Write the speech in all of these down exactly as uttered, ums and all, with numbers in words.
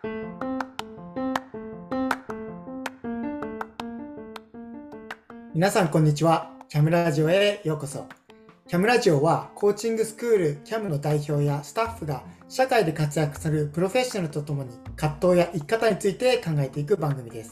皆さんこんにちは。キャムラジオへようこそ。キャムラジオはコーチングスクールキャムの代表やスタッフが社会で活躍するプロフェッショナルとともに葛藤や生き方について考えていく番組です。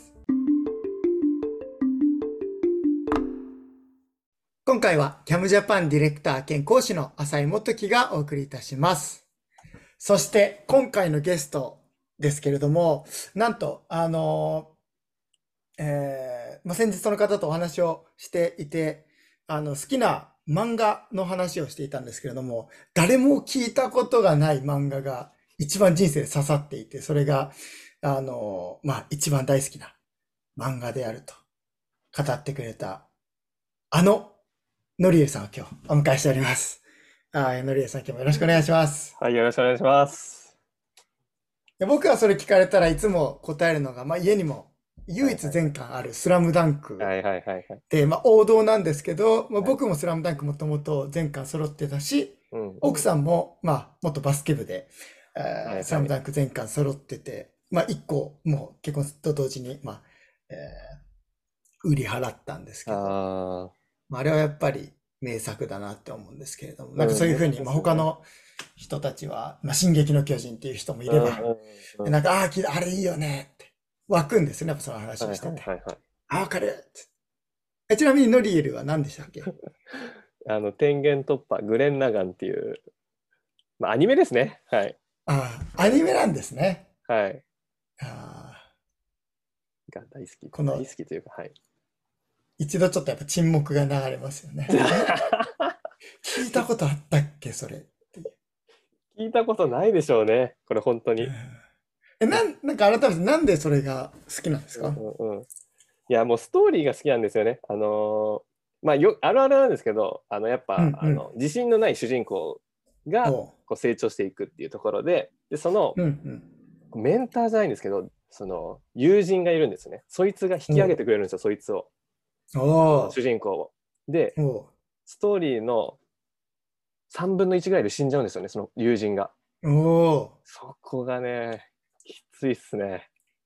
今回はキャムジャパンディレクター兼講師の浅井元樹がお送りいたします。そして今回のゲストですけれども、なんとあのえーまあ、先日その方とお話をしていて、あの好きな漫画の話をしていたんですけれども、誰も聞いたことがない漫画が一番人生で刺さっていて、それがあの、まあ、一番大好きな漫画であると語ってくれたあののりえさんを今日お迎えしております。はい、のりえさん今日もよろしくお願いします。 はい、よろしくお願いします。 で僕はそれ聞かれたらいつも答えるのが、まあ、家にも唯一全巻あるスラムダンクはいはいはいはい。 で、まあ、王道なんですけど、まあ、 はい僕もスラムダンクもともと全巻揃ってたし、 うん。 奥さんも、まあ、元バスケ部で、えーはいはいスラムダンク全巻揃ってて、まあ、一個、もう結婚と同時に、まあ、えー売り払ったんですけど、 ああ、 まあ、あれはやっぱり名作だなって思うんですけれども、 うんなんかそういうふうに、まあ、 名作ですね他の人たちは、まあ、進撃の巨人っていう人もいれば、 うんうんうんでなんか、ああ、きあれいいよねって湧くんですよね、やっぱその話はいをしてて。 はいはいはい。 ああ、わかるってえちなみにノリエルは何でしたっけ？ あの、天元突破、グレン・ラガンっていう、まあ、アニメですね。はい。 ああ、アニメなんですね。 はい。 ああ、 が大好き。 この大好きというか、はい。 一度ちょっとやっぱ沈黙が流れますよね。え聞いたことあったっけそれっていう。 聞いたことないでしょうね。これ本当に。 うんえ、なん、なんか改めてなんでそれが好きなんですか？ うんうんうん。いや、もうストーリーが好きなんですよね。あのーまあ、よ、あるあるなんですけど、あの、やっぱ、 うんうん。 あの、自信のない主人公が、 おう。 こう成長していくっていうところで、で、その、 うんメンターじゃないんですけど、その友人がいるんですね。そいつが引きうん。 上げてくれるんですよ、そいつを。 おあの主う。 人公を。で、 おう。おストーリーのさんぶんのいちぐらいで死んじゃうんですよね、その友人が。 う。おそこがね、きついっすね。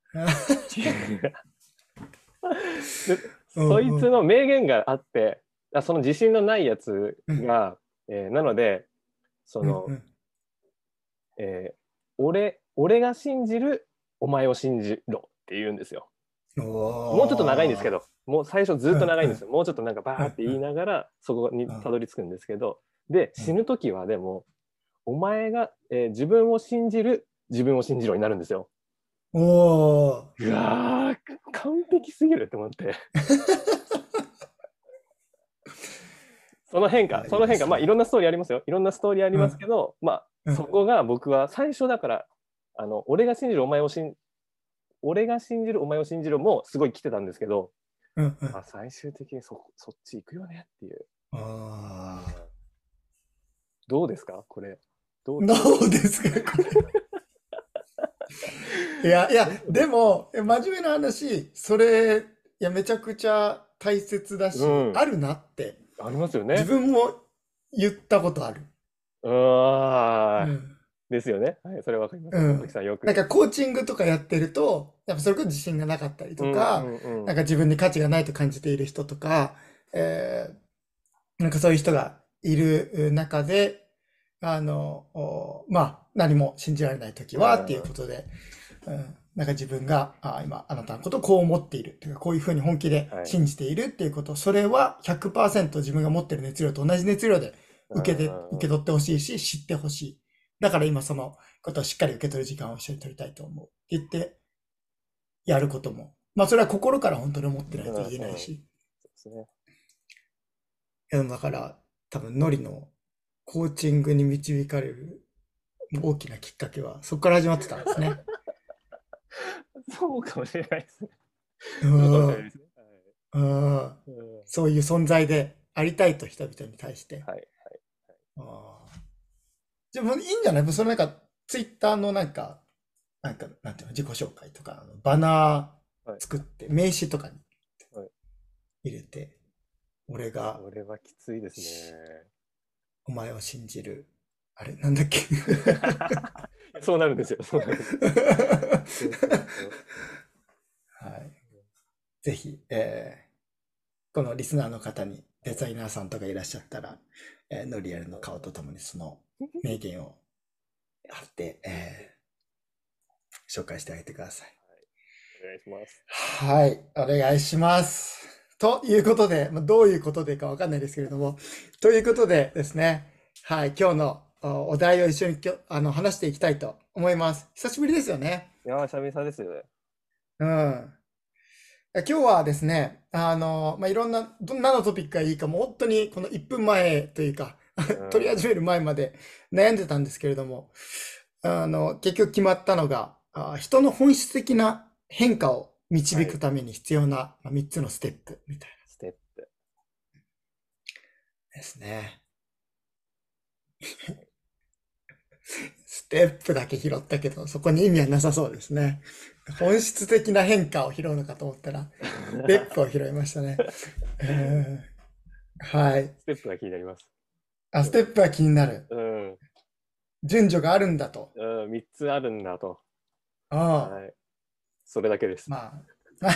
でう。 そいつうんの名言があって、あその自信のないやつうんが、えーなので、その、 うんえー俺、俺が信じる、お前を信じろって言うんですよ。 うん。おもうちょっと長いんですけど、もう最初ずっと長いんですよ。 うんもうちょっとなんかバーって言いながら、そこにたどり着くんですけど、で、死ぬ時はでも、お前が、えー自分を信じる、自分を信じろになるんですよ。 うん。おー。 うわー、完璧すぎるって思って。その変化、 あその変化、 いいですねまあいろんなストーリーありますよ。いろんなストーリーありますけど、まあうんそこが僕は最初だから、あの、俺が信じるお前を信俺が信じるお前を信じろもすごい来てたんですけど、 うんうん。 まあ、最終的にそそっち行くよねっていう。 ああ。 どうですかこれ。どうどうですかこれ。いや、いや、でも、え真面目な話、それ、いや、めちゃくちゃ大切だし、 うんあるなって、 ありますよ自ね。 分も言ったことある。 うわーうん。 ですよね。はい、それわかります。 うん。 元木さんよく。 なんかコーチングとかやってると、やっぱそれこそ自信がなかったりうんとか、 うんうん。 なんか自分に価値がないと感じている人とか、えーなんかそういう人がいる中で、あの、おまあ、何も信じられないときは、っていうことで、うん、なんか自分が、あ今、あなたのことをこう思っている。というか、こういうふうに本気ではい信じているっていうこと、それはひゃくパーセント自分が持ってる熱量と同じ熱量で受けて、 うん受け取ってほしいし、知ってほしい。だから今そのことをしっかり受け取る時間を一緒に取りたいと思う。って言って、やることも。まあ、それは心から本当に思ってないと言えないし。 そうですね。 いやだから、多分、ノリのコーチングに導かれる大きなきっかけは、そこから始まってたんですね。 そうかもしれないですね。 うそうかもしれないんですね。 うんはいうんそういう存在でありたいと人々に対して。 はいはいあーじゃあもういいんじゃないそれなんか、ツイッターのなんか、なんか、なんていうの、自己紹介とか、あのバナはいー作って、名刺とかにはい入れて、俺がこれはきついですね。 お前を信じる。あれ、なんだっけそうなるんですよ。そうなるんですそうそうそう。 はい。ぜひ、えーこのリスナーの方にデザイナーさんとかいらっしゃったら、えーノリアルの顔とともにその名言を貼って、えー紹介してあげてください。 お願いします。 はい、お願いします。ということで、まあ、どういうことでかわかんないですけれども、ということでですね、はい、今日のおお題を一緒にきょあの話していきたいと思います。久しぶりですよね。 いやー、久々ですよね。 うん。今日はですね、あの、まあ、いろんな、どんなのトピックがいいか、もう本当にこのいっぷんまえというか、 うん。 取り始める前まで悩んでたんですけれども、あの、結局決まったのが、あ、人の本質的な変化を導くはい。 ために必要なまあみっつのステップみたいステップ。 なですね。 はい。 ステップだけ拾ったけど、そこに意味はなさそうですね。本質的な変化を拾うのかと思ったら、ステップを拾いましたね。えーはい。 ステップが気になります。 あ、ステップは気になる。 うん。うん。 順序があるんだと。 うん、みっつあるんだと。 ああ、 はい。それだけです。 まあ。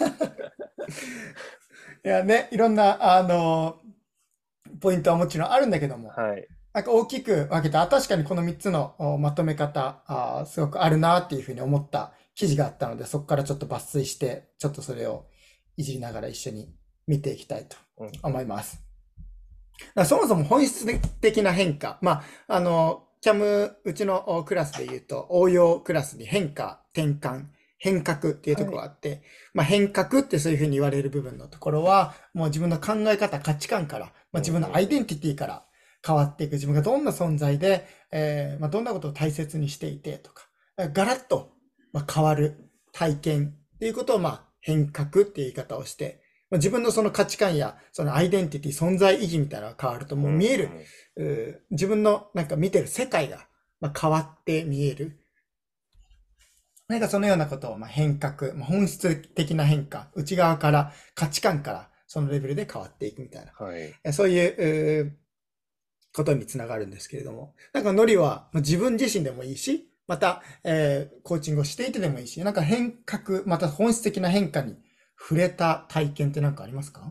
いやね、いろんな、あの、ポイントはもちろんあるんだけども、 はい。 なんか大きく分けた、あ確かにこのみっつのおまとめ方、あすごくあるなっていうふうに思った記事があったので、そこからちょっと抜粋して、ちょっとそれをいじりながら一緒に見ていきたいとうんうん。 思います。だからそもそも本質的な変化。まあ、あの、キャム、うちのクラスで言うと、応用クラスに変化、転換、変革っていうところはい。 があって、まあ、変革ってそういうふうに言われる部分のところは、もう自分の考え方、価値観から、まあ、自うんうん分のアイデンうん。 ティティから変わっていく。自分がどんな存在で、えーまあ、どんなことを大切にしていてとか、ガラッと、まあ、変わる体験っていうことを、まあ、変革っていう言い方をして、まあ自分のその価値観やそのアイデンティティ、存在意義みたいなのが変わるとうもう見える、 んうん。 う自分のなんか見てる世界がまあ変わって見える。なんかそのようなことをまあ変革、まあ、本質的な変化、内側から価値観からそのレベルで変わっていくみたいな。 はい。 えそういううことにつながるんですけれども。なんかノリはまあ自分自身でもいいし、また、えーコーチングをしていてでもいいし、なんか変革、また本質的な変化に触れた体験って何かありますか？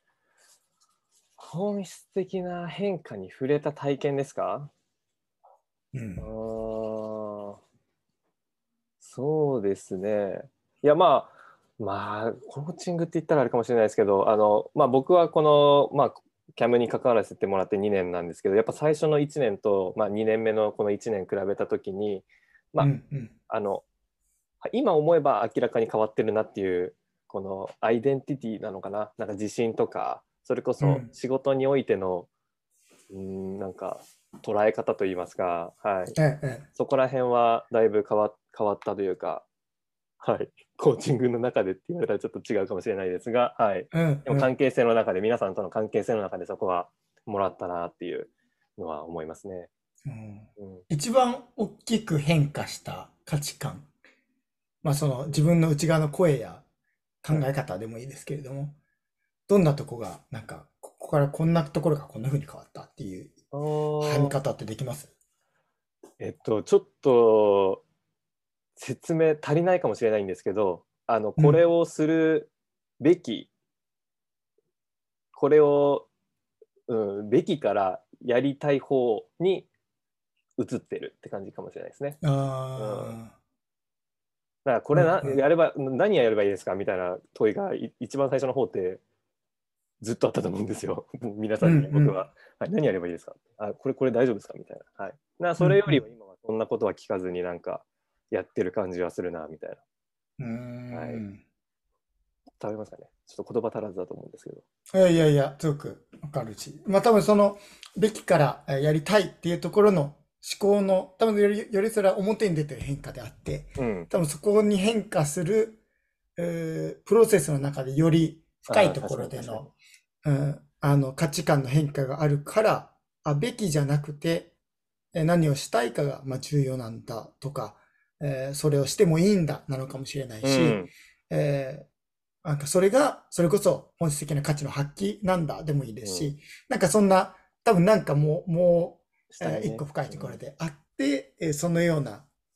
本質的な変化に触れた体験ですか？あうん。 ー、そうですね。いや、まあ、まあ、コーチングって言ったらあれかもしれないですけど、あの、まあ僕はこの、まあ、キャムに関わらせてもらってにねんなんですけど、やっぱ最初のいちねんと、まあ、にねんめのこのいちねん比べたときに、まあ、 うんうん。 あの、今思えば明らかに変わってるなっていう、このアイデンティティなのかな、なんか自信とか、それこそうん。 仕事においての、うん、なんか捉え方といいますか、はい、 ええ、ええ。 そこら辺はだいぶ変わ変わったというか、はい、コーチングの中でって言われたらちょっと違うかもしれないですが、はい、 うんうん。 でも関係性の中で、皆さんとの関係性の中でそこはもらったなっていうのは思いますね。 うん。 うん、 一番大きく変化した価値観。まあその自分の内側の声や考はい。 え方でもいいですけれども、どんなとこが、なんか、ここからこんなところがこんな風に変わったっていうあー、 噛み方ってできます？ えっと、ちょっと説明足りないかもしれないんですけど、あの、 うん。 これをするべき、これを、うん、べきからやりたい方に移ってるって感じかもしれないですね。うん。 あだからこあ、うれんうん。 なやれば、何やればいいですかみたいな問いがい一番最初の方ってずっとあったと思うんですよ。皆さうんうんに僕ん。 は。はい、何やればいいですかあ、これ、これ大丈夫ですかみたいな。はい。な、それよりはうんうん。 今はそんなことは聞かずになんかやってる感じはするな、みたいうーな。はい。 ん。 伝わりますかね。ちょっと言葉足らずだと思うんですけど。 いやいやいや、すごくわかるし。まあ多分その、べきからえーやりたいっていうところの思考の、多分より、よりそれは表に出てる変化であって、 うん。 多分そこに変化する、えープロセスの中でより深ああ、 いとこ確かに確かに。 ろでの、うん、あの価値観の変化があるから、あ、べきじゃなくて、えー何をしたいかが、まあ、重要なんだとか、えーそれをしてもいいんだなのかもしれないし、 うん。 えーなんかそれが、それこそ本質的な価値の発揮なんだでもいいでうん。 すし、なんかそんな、多分なんかもう、もう、えー一下にね。 個深いところうん。 であって、えーそのような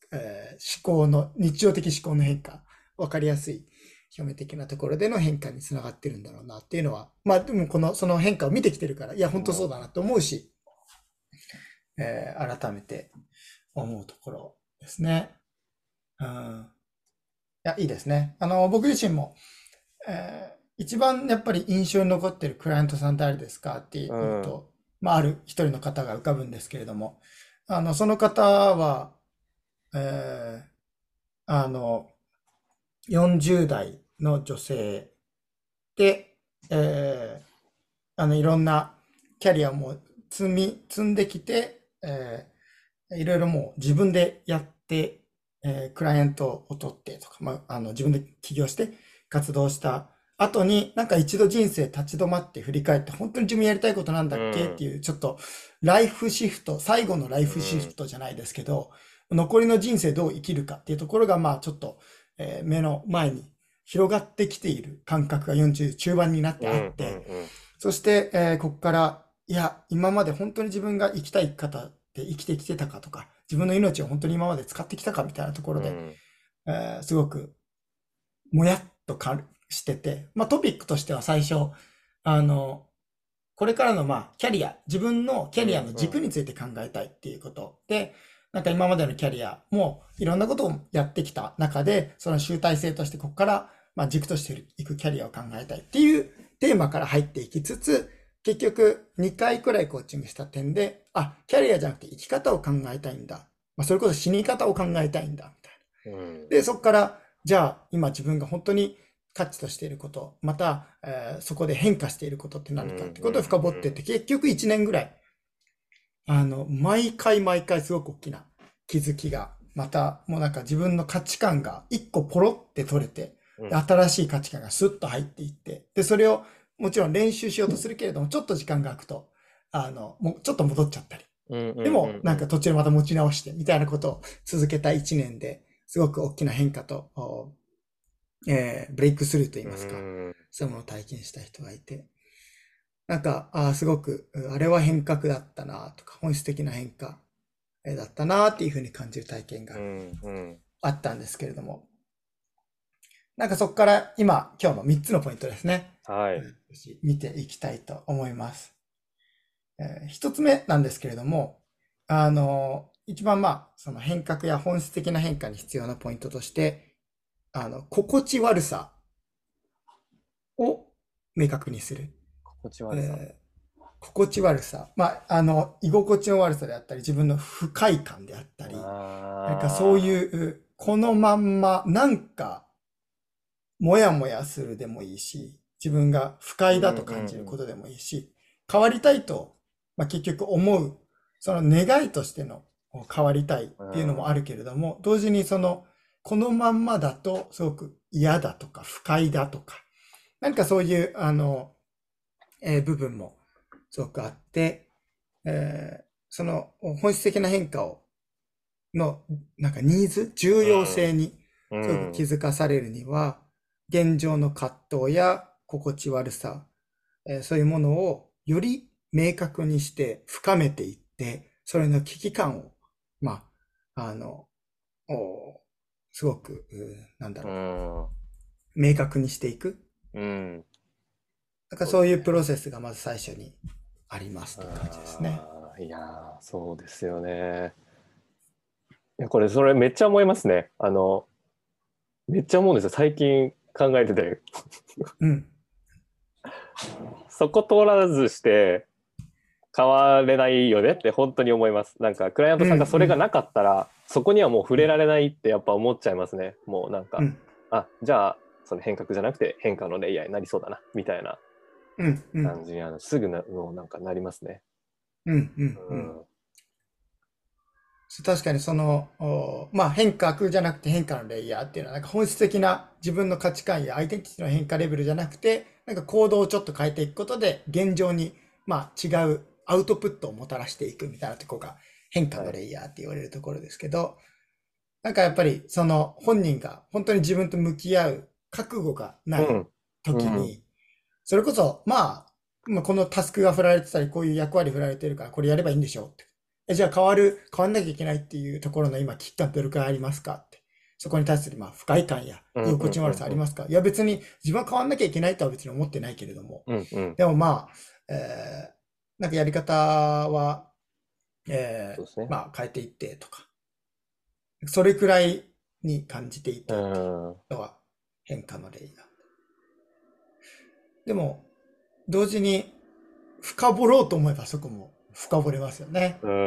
えー思考の、日常的思考の変化、わかりやすい表面的なところでの変化につながってるんだろうなっていうのは、まあでもこの、その変化を見てきてるから、いや、本当そうだなと思うし、えー改めて思うところですね。うん。いや、いいですね。あの、僕自身も、えー一番やっぱり印象に残ってるクライアントさん誰ですかってういうん。 と、まあ、ある一人の方が浮かぶんですけれども、あの、その方は、えーあの、よんじゅう代の女性で、えーあの、いろんなキャリアも積み、積んできて、えーいろいろもう自分でやって、えークライアントを取ってとか、まあ、あの、自分で起業して活動した後に、なんか一度人生立ち止まって振り返って、本当に自分やりたいことなんだうっけっん。 ていう、ちょっとライフシフト、最後のライうフシフん。 トじゃないですけど、残りの人生どう生きるかっていうところが、まあちょっと、えー目の前に広がってきている感覚がよんじゅう中盤になってうん。うあって、 ん。 そして、えーここから、いや、今まで本当に自分が生きたい生き方で生きてきてたかとか、自分の命を本当に今まで使ってきたかみたいなところで、 うん。 えーすごくもやっとかしてて、まあトピックとしては最初、あの、これからのまあキャリア、自分のキャリアのうん。うん。 軸について考えたいっていうことで、なんか今までのキャリアもいろんなことをやってきた中で、その集大成としてここからまあ軸としていくキャリアを考えたいっていうテーマから入っていきつつ、結局にかいくらいコーチングした点で、あ、キャリアじゃなくて生き方を考えたいんだ。まあそれこそ死に方を考えたいんだ、みたいな。 うん。 で、そこから、じゃあ、今自分が本当に価値としていること、また、えーそこで変化していることってうん。 何かってことを深掘っていっうん。 て、結局いちねんぐらい、あの、毎回毎回すごく大きな気づきが、また、もうなんか自分の価値観が一個ポロって取れて、でうん。 新しい価値観がスッと入っていって、で、それをもちろん練習しようとするけれども、ちょっと時間が空くと、あの、もうちょっと戻っちゃったり、 うん。うん。 でも、なんかうん。 途中でまた持ち直して、みたいなことを続けたいちねんで、すごく大きな変化と、おえーブレイクスルーと言いうますか、 ん。 そういうものを体験した人がいて、なんか、あーすごく、うあれは変革だったなとか、本質的な変化えーだったなっていうふうに感じる体験がうん。うん。 あったんですけれども、なんかそこから今、今日のみっつのポイントですね、 はい。 うん見ていきたいと思います。えー一つ目なんですけれども、あの、一番まあ、その変革や本質的な変化に必要なポイントとして、あの、心地悪さを明確にする。 心地悪さ。 えー心地悪さ。まあ、あの、居心地の悪さであったり、自分の不快感であったり、なんかそうああ。 いう、このまんま、なんか、もやもやするでもいいし、自分が不快だとうん。う感じるこん。 とでもいいし、変わりたいと、まあ、結局思う、その願いとしての変わりたいっうていうのもあん。 るけれども、同時にその、このまんまだとすごく嫌だとか不快だとか、何かそういう、あの、えー部分もすごくあって、えーその本質的な変化を、の、なんかニーズ、重要性にうすごく気ん。 づかされるには、現状の葛藤や心地悪さ、えーそういうものをより明確にして深めていって、それの危機感を、まあ、あの、おすごく、うなんだうろん。 う、明確にしていく。 うん。 なんかそうですね。 そういうプロセスがまず最初にありますという感じですね。 ああ、いやー、そうですよね。いや、これ、それめっちゃ思いますね。あの、めっちゃ思うんですよ。最近考えてて。 うん。 そこ通らずして変われないよねって本当に思います。なんか、クライアンうん、 トさんがそうん、 れがなかったら、そこにはもう触うん、 れられないってやっぱ思っちゃいますね。もうなんか、 うん、 あ、じゃあ、その変革じゃなくて変化のレイヤーになりそうだな、みたいなうん、うん、 感じにあのすぐな、もうなんかなりますね。 うん、うん、うん。 うん。 確かにその、おまあ変革じゃなくて変化のレイヤーっていうのは、なんか本質的な自分の価値観やアイデンティティの変化レベルじゃなくて、なんか行動をちょっと変えていくことで、現状に、まあ違うアウトプットをもたらしていくみたいなところが変化はい。 のレイヤーって言われるところですけど、なんかやっぱりその本人が本当に自分と向き合う覚悟がないうん。うん。 時に、それこそ、まあ、まあ、このタスクが振られてたり、こういう役割振られてるから、これやればいいんでしょって。 え、じゃあ変わる、変わんなきゃいけないっていうところの今、危機感どれくらいありますかって。そこに対する、まあ、不快感やうんうん居心地の悪さあうんりますか？いや、別に自分は変わんなきゃいけないとは別に思ってないけれども。 うんうんでもまあ、えー、なんかやり方は、えー、 そうですね。 まあ、変えていってとか、それくらいに感じていうたっていうん。 のは変化の例が。でも、同時に深掘ろうと思えばそこも深掘れますよね。 うん。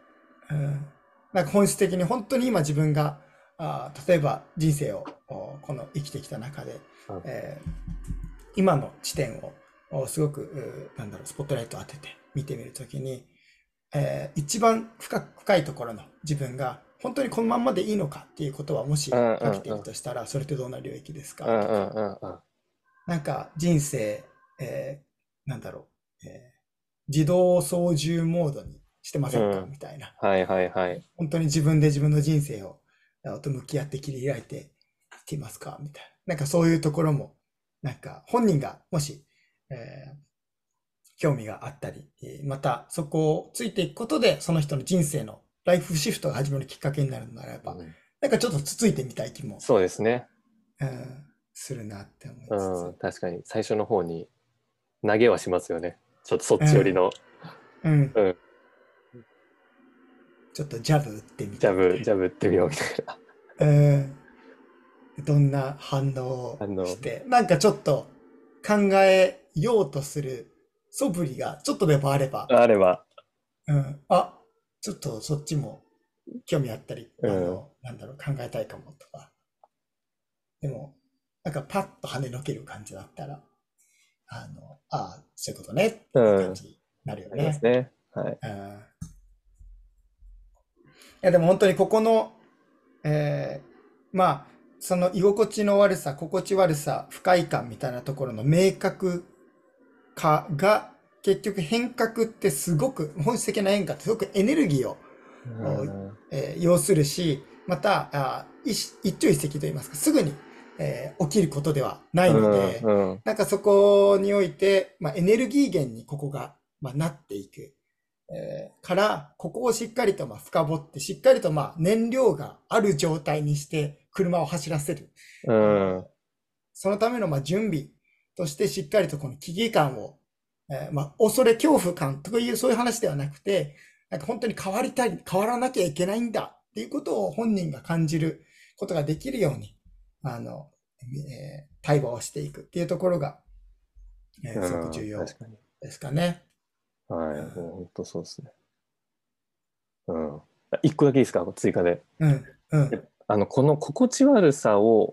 うん、なんか本質的に本当に今自分が、あ例えば人生をこの生きてきた中で、えー、今の地点をすごくなんだろうスポットライトを当てて見てみるときに、えー、一番 深, 深いところの自分が本当にこのまんまでいいのかっていうことはもしかけているとしたら、それってどんな領域ですかとか、なんか人生、えー、なんだろう、えー、自動操縦モードにしてませんか、うん、みたいな。 はいはいはい。 本当に自分で自分の人生をと向き合って切り開いていっていますかみたいな。なんかそういうところも、なんか本人がもし、えー、興味があったり、またそこをついていくことで、その人の人生のライフシフトが始まるきっかけになるのならば、うん、なんかちょっとつついてみたい気も。 そうですね。 うん、するなって思いつつ。 うん、確かに最初の方に投げはしますよね。ちょっとそっち寄りの。 うん。うんうん、ちょっとジャブ打ってみて。 ジャブ、ジャブ打ってみようみたいな。 うん。どんな反応をして、なんかちょっと考えようとする素振りがちょっとでもあれば。 あれば。 うん。あ、ちょっとそっちも興味あったり、うん、あの、なんだろう、考えたいかもとか。でも、なんかパッと跳ねのける感じだったら、あの、ああ、そういうことねっていう感じになるよね。 うん、ありますね。はい。 うん、いや、でも本当にここの、えー、まあ、その居心地の悪さ、心地悪さ、不快感みたいなところの明確化が、結局変革ってすごく、本質的な変化ってすごくエネルギーを、うんえー、要するし、またあ一朝一夕といいますか、すぐに、えー、起きることではないので、うんうん、なんかそこにおいて、まあ、エネルギー源にここが、まあ、なっていく。えー、から、ここをしっかりとまあ深掘って、しっかりとまあ燃料がある状態にして車を走らせる。 うん、 そのためのまあ準備としてしっかりとこの危機感を、えー、まあ恐れ恐怖感というそういう話ではなくて、なんか本当に変わりたい、変わらなきゃいけないんだっていうことを本人が感じることができるように、あの、えー、対話をしていくっていうところが、えー、すごく重要ですかね。 はい、もう本当そうですね。うん。一個だけいいですか、追加で。 うん。うん。 あの、この心地悪さを、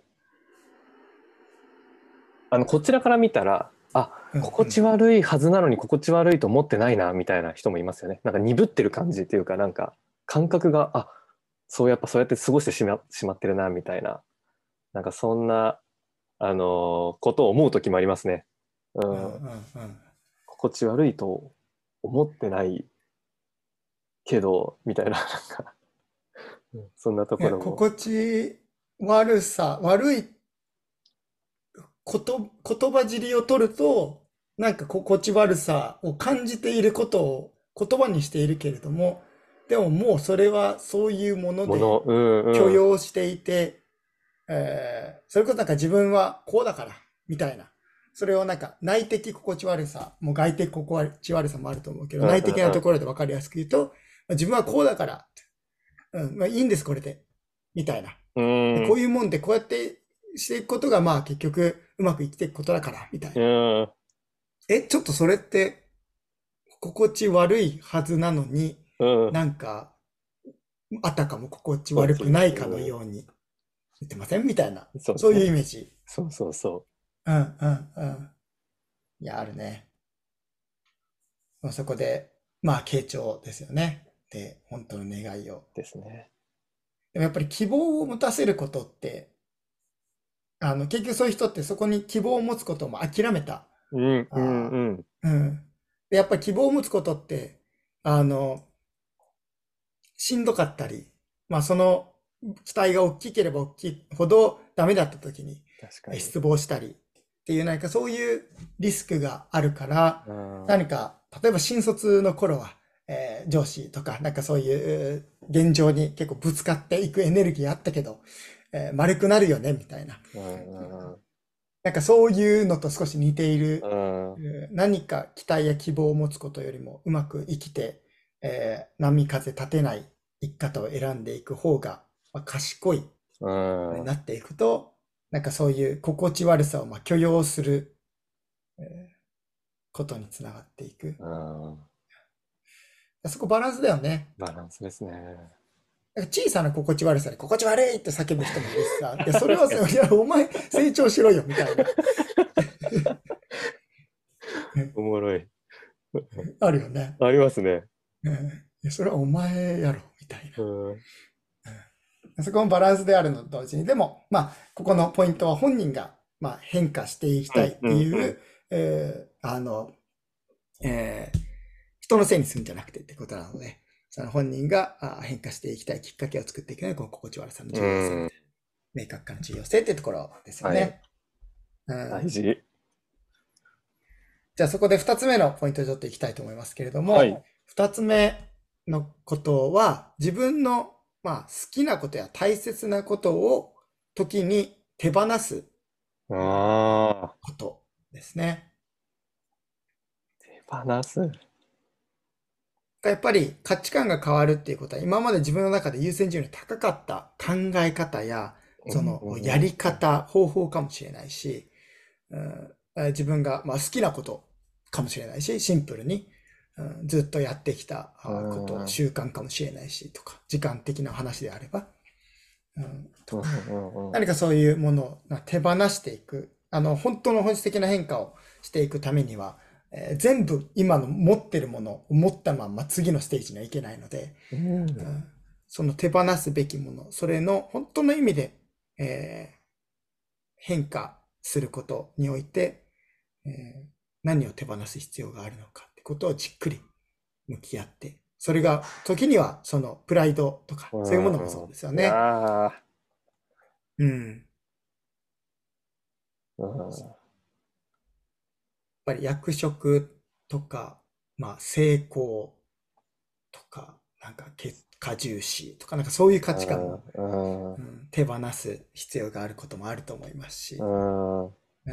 あの、こちらから見たら、あ、心地悪いはずなのに心地悪いと思ってないな、みたいな人もいますよね。なんか鈍ってる感じっていうか、なんか感覚が、あ、そうやっぱそうやって過ごしてしま、しまってるな、みたいな。なんかそんな、あのー、ことを思う時もありますね。うん。うんうんうん、心地悪いと思ってないけど、みたいな、なんかそんなところも。 心地悪さ、悪いこと、言葉尻を取ると、なんか心地悪さを感じていることを言葉にしているけれども、でももうそれはそういうもので許容していて、うんうん、えー、それこそなんか自分はこうだから、みたいな。それをなんか内的心地悪さ、もう外的心地悪さもあると思うけど、内的なところで分かりやすく言うと、自分はこうだから、うん、まあいいんです、これで。みたいな。 うんこういうもんでこうやってしていくことが、まあ結局うまく生きていくことだから、みたいな。え、ちょっとそれって、心地悪いはずなのに、 うん、 なんか、あたかも心地悪くないかのように言ってませんみたいな。そう、そういうイメージ。 そうそうそう。 うんうんうん。いや、あるね。まあ、そこで、まあ、傾聴ですよね。で、本当の願いを。 ですね。 でもやっぱり希望を持たせることって、あの、結局そういう人ってそこに希望を持つことも諦めた。 うんうんうん。 うん。で、やっぱり希望を持つことって、あの、しんどかったり、まあその期待が大きければ大きいほどダメだった時に失望したりっていう何かそういうリスクがあるから、何か、例えば新卒の頃はえー上司とか、なんかそういう現状に結構ぶつかっていくエネルギーあったけど、えー丸くなるよね、みたいな。 うんうんなんかそういうのと少し似ている、 うんえー何か期待や希望を持つことよりもうまく生きて、えー波風立てない生き方を選んでいく方が、まあ、賢いうんなっていくと、なんかそういう心地悪さをまあ許容する、えーことにつながっていく。 うんそこバランスだよね。 バランスですね。 なんか小さな心地悪さで心地悪いって叫ぶ人もいるしさ、いや、それはさ、 確かに。 いや、お前成長しろよ、みたいな。 おもろい。 あるよね。 ありますね。 うん、いや、それはお前やろ、みたいうん。 な。そこもバランスであるのと同時に、でも、まあ、ここのポイントは本人が、まあ、変化していきたいっうんうんうん。 ていう、えーあの、えー人のせいにするんじゃなくてってことなので、その本人があ変化していきたいきっかけを作っていくのが、この心地悪さのう重要性みん。 たいな、明確化の重要性っていうところですよはい。 ね。うん、 大事。 じゃあそこで二つ目のポイントをちょっといきたいと思いますけれども、 はい。 二つ目のことは、自分の、まあ、好きなことや大切なことを時に手放すああ、 ことですね。 手放す。 やっぱり価値観が変わるっていうことは、今まで自分の中で優先順位の高かった考え方や、そうんのやうんうん。 り方、方法かもしれないし、うん、自分がまあ好きなことかもしれないし、シンプルに、うん、ずっとやってきたうこと、 んうん習慣かもしれないし、とか、時間的な話であれば、うん、とか、 うんうん。 何かそういうものを手放していく、あの、本当の本質的な変化をしていくためには、えー全部今の持ってるものを持ったまま次のステージにはいけないので、 うんうん、その手放すべきもの、それの本当の意味で、えー変化することにおいて、えー何を手放す必要があるのかってことをじっくり向き合って、それが時にはそのプライドとかうそういうものもそうん。 ですよいやね。 ー、 うん。やっうん。 ぱり役職とか、まあ成功とか、なんか結果重視とか、なんかそういう価値観も、 うん。うん。 うん、手放す必要があることもあると思いますうし、 ん。 うん、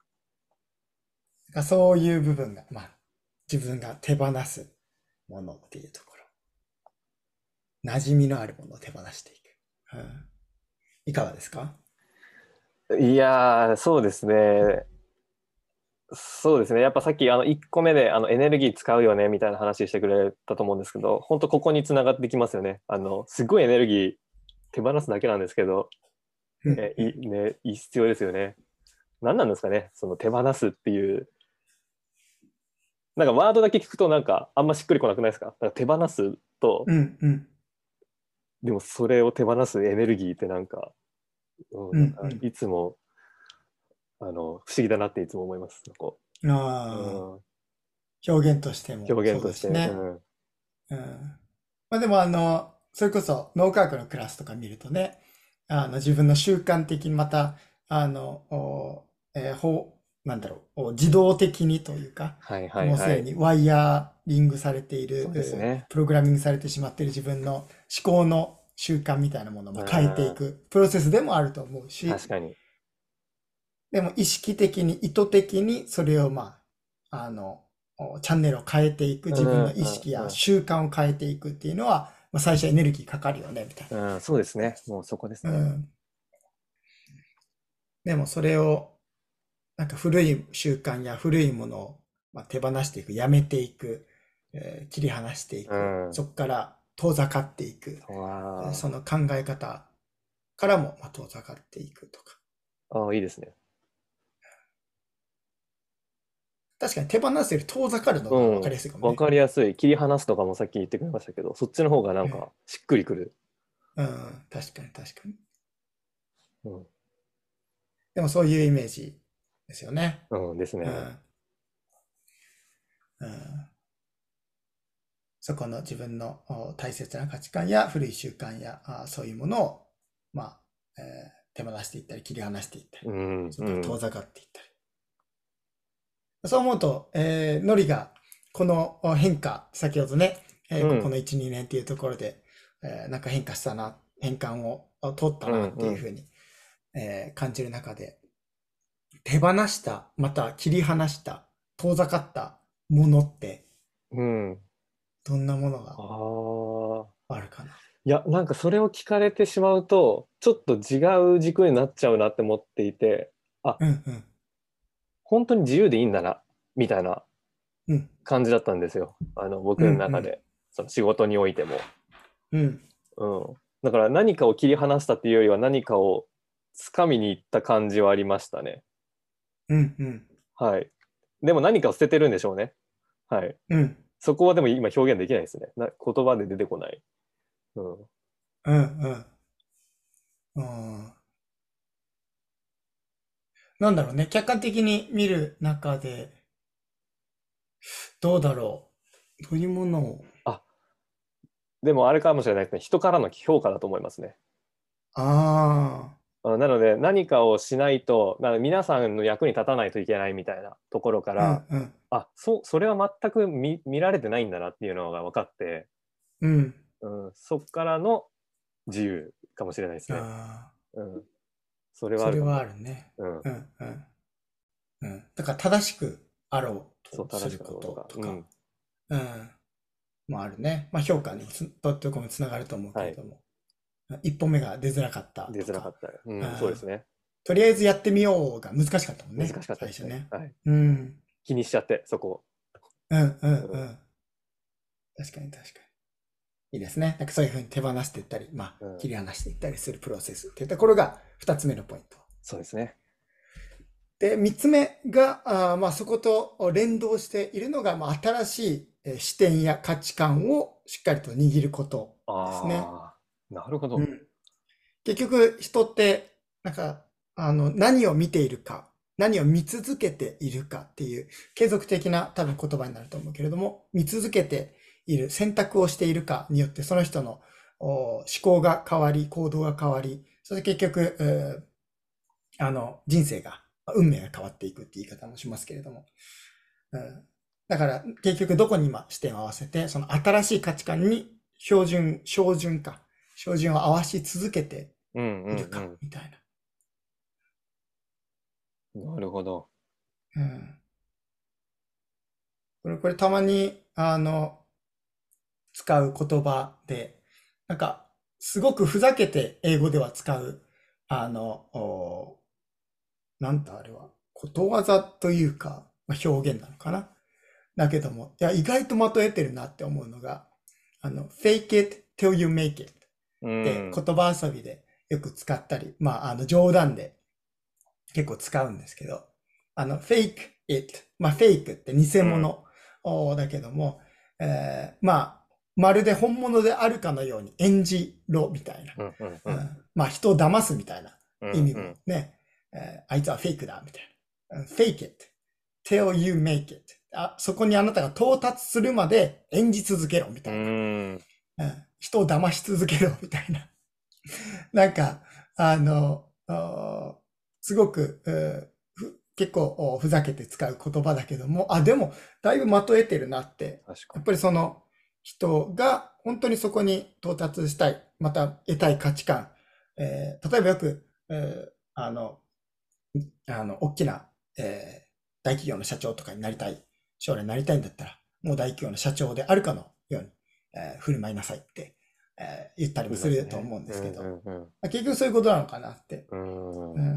そういう部分が、まあ、自分が手放すものっていうところ、馴染みのあるものを手放していく。うん、いかがですか？ いやー、そうですね。そうですね。やっぱさっきあのいっこめであのエネルギー使うよねみたいな話してくれたと思うんですけど、本当ここにつながってきますよね。あのすごいエネルギー手放すだけなんですけど、 うん、 ね、いね、必要ですよね。何なんですかね、その手放すっていう。なんかワードだけ聞くとなんかあんましっくりこなくないですか？なんか手放すと、 うん、うん、 でもそれを手放すエネルギーってなんか、うん、なんうん、 かうん。 いつもあの不思議だなっていつも思います。こう、 ああ、 うん、 表現としても表現そうでとして。うすね。 ん、 うん。まあでもあの、それこそ脳科学のクラスとか見るとね、あの、自分の習慣的にまた、あの、おえーほう、なんだろう、お自動的にというか、 はいはいもうすはい。 でにワイヤーリングされている、 そうですえーね。 プログラミングされてしまっている自分の思考の習慣みたいなものをうまあ変えていん、 くプロセスでもあると思うし、 確かに。 でも意識的に、意図的にそれをまあ、あの、チャンネルを変えていく、自分のうんう意識やんう習慣を変えていくっていうのは、まあ、最初エネルギーかかるよね、みたいん。うん、そうですね。もうそこですな。うね。 ん。でもそれを、なんか古い習慣や古いものを、まあ、手放していく、やめていく、えー切り離していく、 うん。 そこから遠ざかっていく、えーわその考え方からもまあ遠ざかっていくとか。 あ、あ、いいですね。 確かに手放すより遠ざかるのうん。 が分かりやすいかもわね。 かりやすい。切り離すとかもさっき言ってくれましたけど、そっちの方がなんかしっくりくる。 うん、確かに確かに。 うん。 でもそういうイメージですよね。 うんですね。 うん。うん、そこの自分の大切な価値観や古い習慣やそういうものを、まあ、えー手放していったり切り離していったり、 うん、 そこから遠うん。 ざかっていったり。そう思うと、えー、ノリがこの変化、先ほどね、えーここうん、 のいち、にねんっていうところで、えーなんか変化したな、変換を取ったなうん、うん、 っていうふうに、えー感じる中で、手放した、また切り離した、遠ざかったものって、 うん。 どんなものあがあ。 あるかな。 いや、なんかそれを聞かれてしまうと、ちょっと違う軸になっちゃうなって思っていて、あ、 うんうん、 本当に自由でいいんだな、みたいなうん、 感じだったんですよ。あの、僕うん、うの中ん、 で。その仕事においても。 うん、 うん。だから何かを切り離したっていうよりは何かを掴みに行った感じはありましたね。 うん、うん、 はい。でも何かを捨ててるんでしょうね。はい。 うん、 そこはでも今表現できないですね。な、言葉で出てこない。うん。 うん、うん。なんだろうね、客観的に見る中で、どうだろう。どういうものを。 あ、でもあれかもしれないですね。人からの評価だと思いますね。 あうんなので何かをしないと、な皆さんの役に立たないといけないみたいなところかあ、うら、 ん、うん、 あ、そ、それは全く見、見られてないんだなっていうのが分かって、 うん。 うん、そっからの自由かもしれないですね。 ああ、 うん、それはあそれはあるかも。 るね。 うん、 うん、うん、うん。だから正しくあろうそう、 とす正しるこくあろうとか。 ととか、 うん、 うん、もあるね。まあ評価につ、とってこもつながると思うけはい。 れども、一歩目が出づらかった出とか、 づらかった。ううん、 ん、そうですね。 とりあえずやってみようが難しかったもん難ね、 しかったですね。 最初ね。 はい。 うん、 気にしちゃって、そこを。 うん、うん、 うん、 うん。確かに確かに。いいですね。なんかそういうふうに手放していったり、まあ、 うん、 切り離していったりするプロセスっていうところが二つ目のポイント。 そうですね。 で、三つ目が、あまあ、そこと連動しているのが、まあ、新しい視点や価値観をしっかりと握ることですね。 ああ、なるほど。 うん。結局、人って、なんか、あの、何を見ているか、何を見続けているかっていう、継続的な多分言葉になると思うけれども、見続けている、選択をしているかによって、その人の思考が変わり、行動が変わり、そして結局、あの、人生が、運命が変わっていくって言い方もしますけれども。うん、だから、結局どこに今視点を合わせて、その新しい価値観に標準、標準か、標準を合わし続けてうんういるか、 んみたいな。 うん。なるほど。 うん。これ、これたまに、あの、使う言葉で、なんか、すごくふざけて英語では使う、あの、なんとあれは、ことわざというか、まあ、表現なのかな。だけども、いや、意外とまとえてるなって思うのが、あの、fake it till you make it うってん。 言葉遊びでよく使ったり、まあ、あの、冗談で結構使うんですけど、あの、fake it、まあ、fake って偽うん。 物だけども、えー、まあ、まるで本物であるかのように演じろみたいな。 うんうんううん。 ん、まあ、人を騙すみたいな意味うんうん。 もね、えーあいつはフェイクだみたいな。fake it till you make it。あ、そこにあなたが到達するまで演じ続けろみうたいーん。 な。うん、人を騙し続けろみたいな。なんか、あの、すごく、結構ふざけて使う言葉だけども、あ、でも、だいぶまとえてるなって。 確かに。 やっぱりその人が本当にそこに到達したい、また得たい価値観。えー例えばよく、えーあの、あの、大きな、えー大企業の社長とかになりたい、将来になりたいんだったら、もう大企業の社長であるかのように、えー振る舞いなさいって、えー言ったりも言いすますね。 ると思うんでうんすけど、 うんうん。 結局そういうことなのかなって。 うーん。 うん、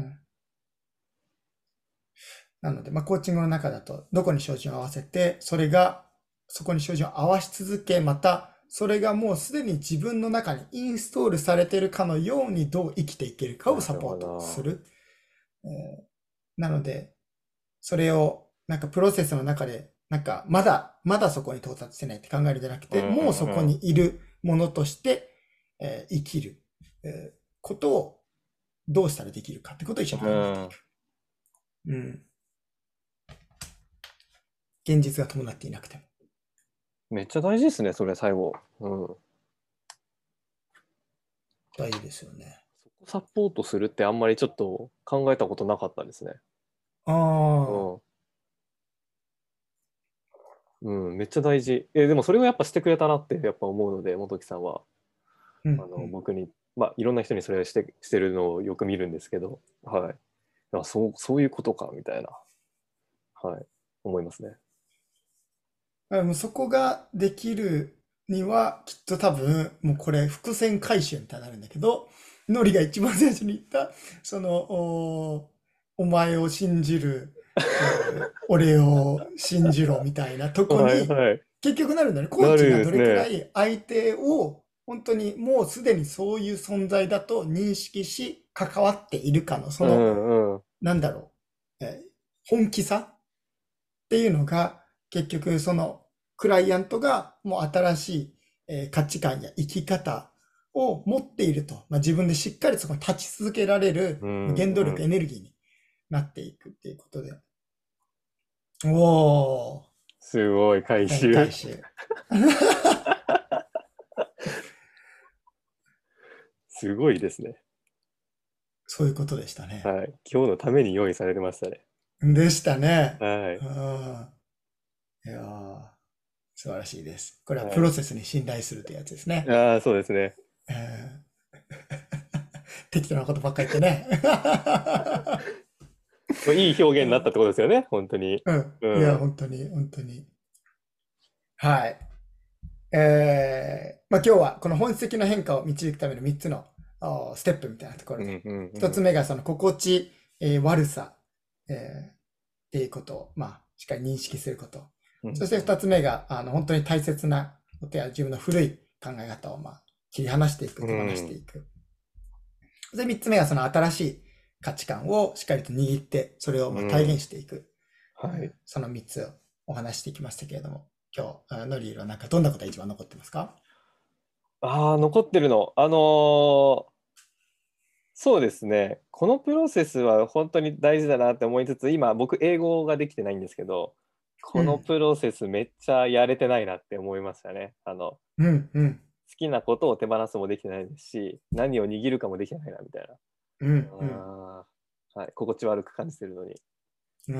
なので、まあ、コーチングの中だと、どこに照準を合わせて、それが、そこに照準を合わし続け、また、それがもうすでに自分の中にインストールされているかのようにどう生きていけるかをなるほサポートすど。 る。えーなので、それを、なんかプロセスの中で、なんかまだ、まだそこに到達してないって考えるんじゃなくて、 うんうもうそこんうん。 にいるものとして、えー生きる、えーことをどうしたらできるかってことを一緒にう考えていん。 く。うん。現実が伴っていなくても。 めっちゃ大事ですね、それ最後。うん。 大事ですよね。 そこサポートするってあんまりちょっと考えたことなかったですね。うああ、 ん。 うん、めっちゃ大事。え、でもそれをやっぱしてくれたなってやっぱ思うので、元木さんは。 うん、 あの、 うん。 僕に、まあ、いろんな人にそれをして、してるのをよく見るんですけど、はい。あ、そう、そういうことか、みたいな、はい、思いますね。 あもうそこができるには、きっと多分、もうこれ伏線回収みたいになるんだけど、ノリが一番最初に言った、その、お、お前を信じる、えー俺を信じろみたいなとこはいに、 はい。 結局なるんだね。コーなるチがどれくらですね。 い相手を、本当にもうすでにそういう存在だと認識し、関わっているかの、そうの、 んうん。 なんだろう、えー本気さっていうのが、結局そのクライアントがもう新しい、えー価値観や生き方を持っていると、まあ、自分でしっかりそこに立ち続けられるうん原動力、 うん。 エネルギーになっていくっていうことで。おー、 すごい回全収。 回収。 すごいですね。 そういうことでしたね。 はい。今日のために用意されてましたね。 でしたね。 はい。 うん。いやー、素晴らしいです。これははい。 プロセスに信頼するというやつですね。 ああ、そうですね。 えー適当なことばっかり言ってね。 いい表現になったっうんてことですよね、本当に。 うん。いや、 うん。 本当に、本当に。はい。えー、まあ、今日はこの本質的な変化を導くためのみっつのあーステップみたいなところで、 うんうんひとつめがその心地、えー悪さ、えーっていうことを、まあ、しっかり認識すること。 うん。 そしてふたつめが、あの、本当に大切なことや自分の古い考え方を、まあ、切り離していく、 う手放してん。 いく。で、みっつめがその新しい価値観をしっかりと握って、それをまあ体うん。 現していく。 はい。 そのみっつをお話していきましたけれども、今日、ノリーはなんかどんなことが一番残ってますか？ ああ、残ってるの。あのーそうですね。このプロセスは本当に大事だなって思いつつ、今僕英語ができてないんですけど、このうん、 プロセスめっちゃやれてないなって思いましたね。あの、 うん、うん、 好きなことを手放すもできてないですし、何を握るかもできてないなみたいな。 うん、うん、 あーはい、心地悪く感じてるのに。 うん、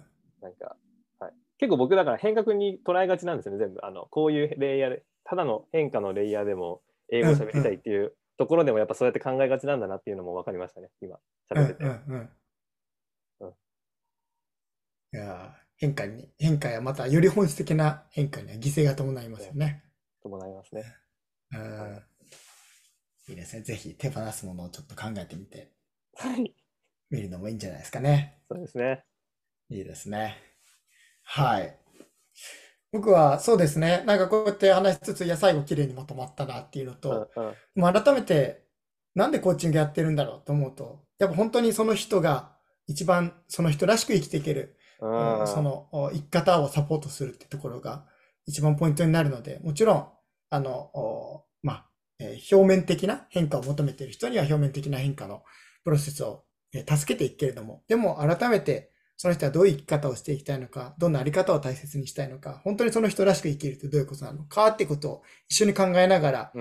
なんか、はい、結構僕だから変革に捉えがちなんですよね、全部。あの、こういうレイヤーで、ただの変化のレイヤーでも英うん、 語喋りたいっうん、 ていうところでもやっぱそうやって考えがちなんだなっていうのも分かりましたね、今、 うん、 喋ってて。 うん。 うん、 いやー、変化に、変化やまたより本質的な変化には犠牲が伴いますよね、 ね。 伴いますね。 うはい。 ん、いいですね。ぜひ手放すものをちょっと考えてみてはい。 みるのもいいんじゃないですかね。 そうですね。 いいですね。はい。僕はそうですね。なんかこうやって話しつつ、いや、最後綺麗にまとまったなっていうのと、 うんうん。 まあ、改めて、なんでコーチングやってるんだろうと思うと、やっぱ本当にその人が一番その人らしく生きていける、 ううんそん。 のお生き方をサポートするってところが一番ポイントになるので、もちろん、あの、おまあ、えー表面的な変化を求めている人には表面的な変化のプロセスを、えー助けていくけれども、でも改めてその人はどういう生き方をしていきたいのか、どんなあり方を大切にしたいのか、本当にその人らしく生きるってどういうことなのかってことを一緒に考えながら、 うん。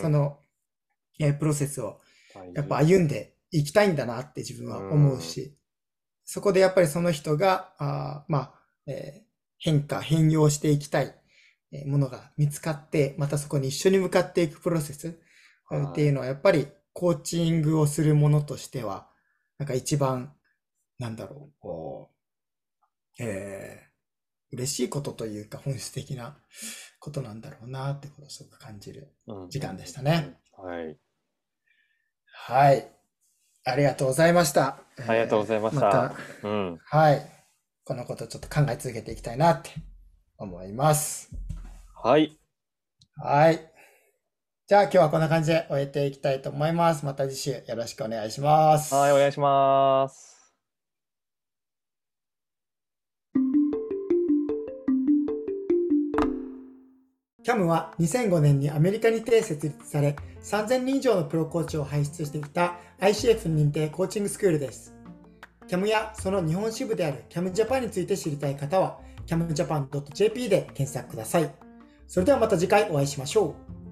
その、えープロセスをやっぱ大事。 歩んでいきたいんだなって自分うは思うん。 し、そこでやっぱりその人が、あーまあ、えー変化、変容していきたいえーものが見つかって、またそこに一緒に向かっていくプロセスえーってはい。 いうのはやっぱりコーチングをするものとしては、なんか一番、なんだろう、こう、えー嬉しいことというか本質的なことなんだろうなってことをすごく感じるうんうん時間でしたうんうね。 ん。はい。 はい。ありがとうございました。えありがとうございました。 ーまた、 うん。 はい。このことちょっと考え続けていきたいなって思います。 はい。 はい。じゃあ今日はこんな感じで終えていきたいと思います。また次週よろしくお願いしまはい、お願いす。 します。 キャムはにせんごねんにアメリカにて設立され、さんぜんにん以上のプロコーチを輩出してきた アイシーエフ 認定コーチングスクールです。キャムやその日本支部である キャムジャパンについて知りたい方は キャムジャパンドットジェーピー で検索ください。それではまた次回お会いしましょう。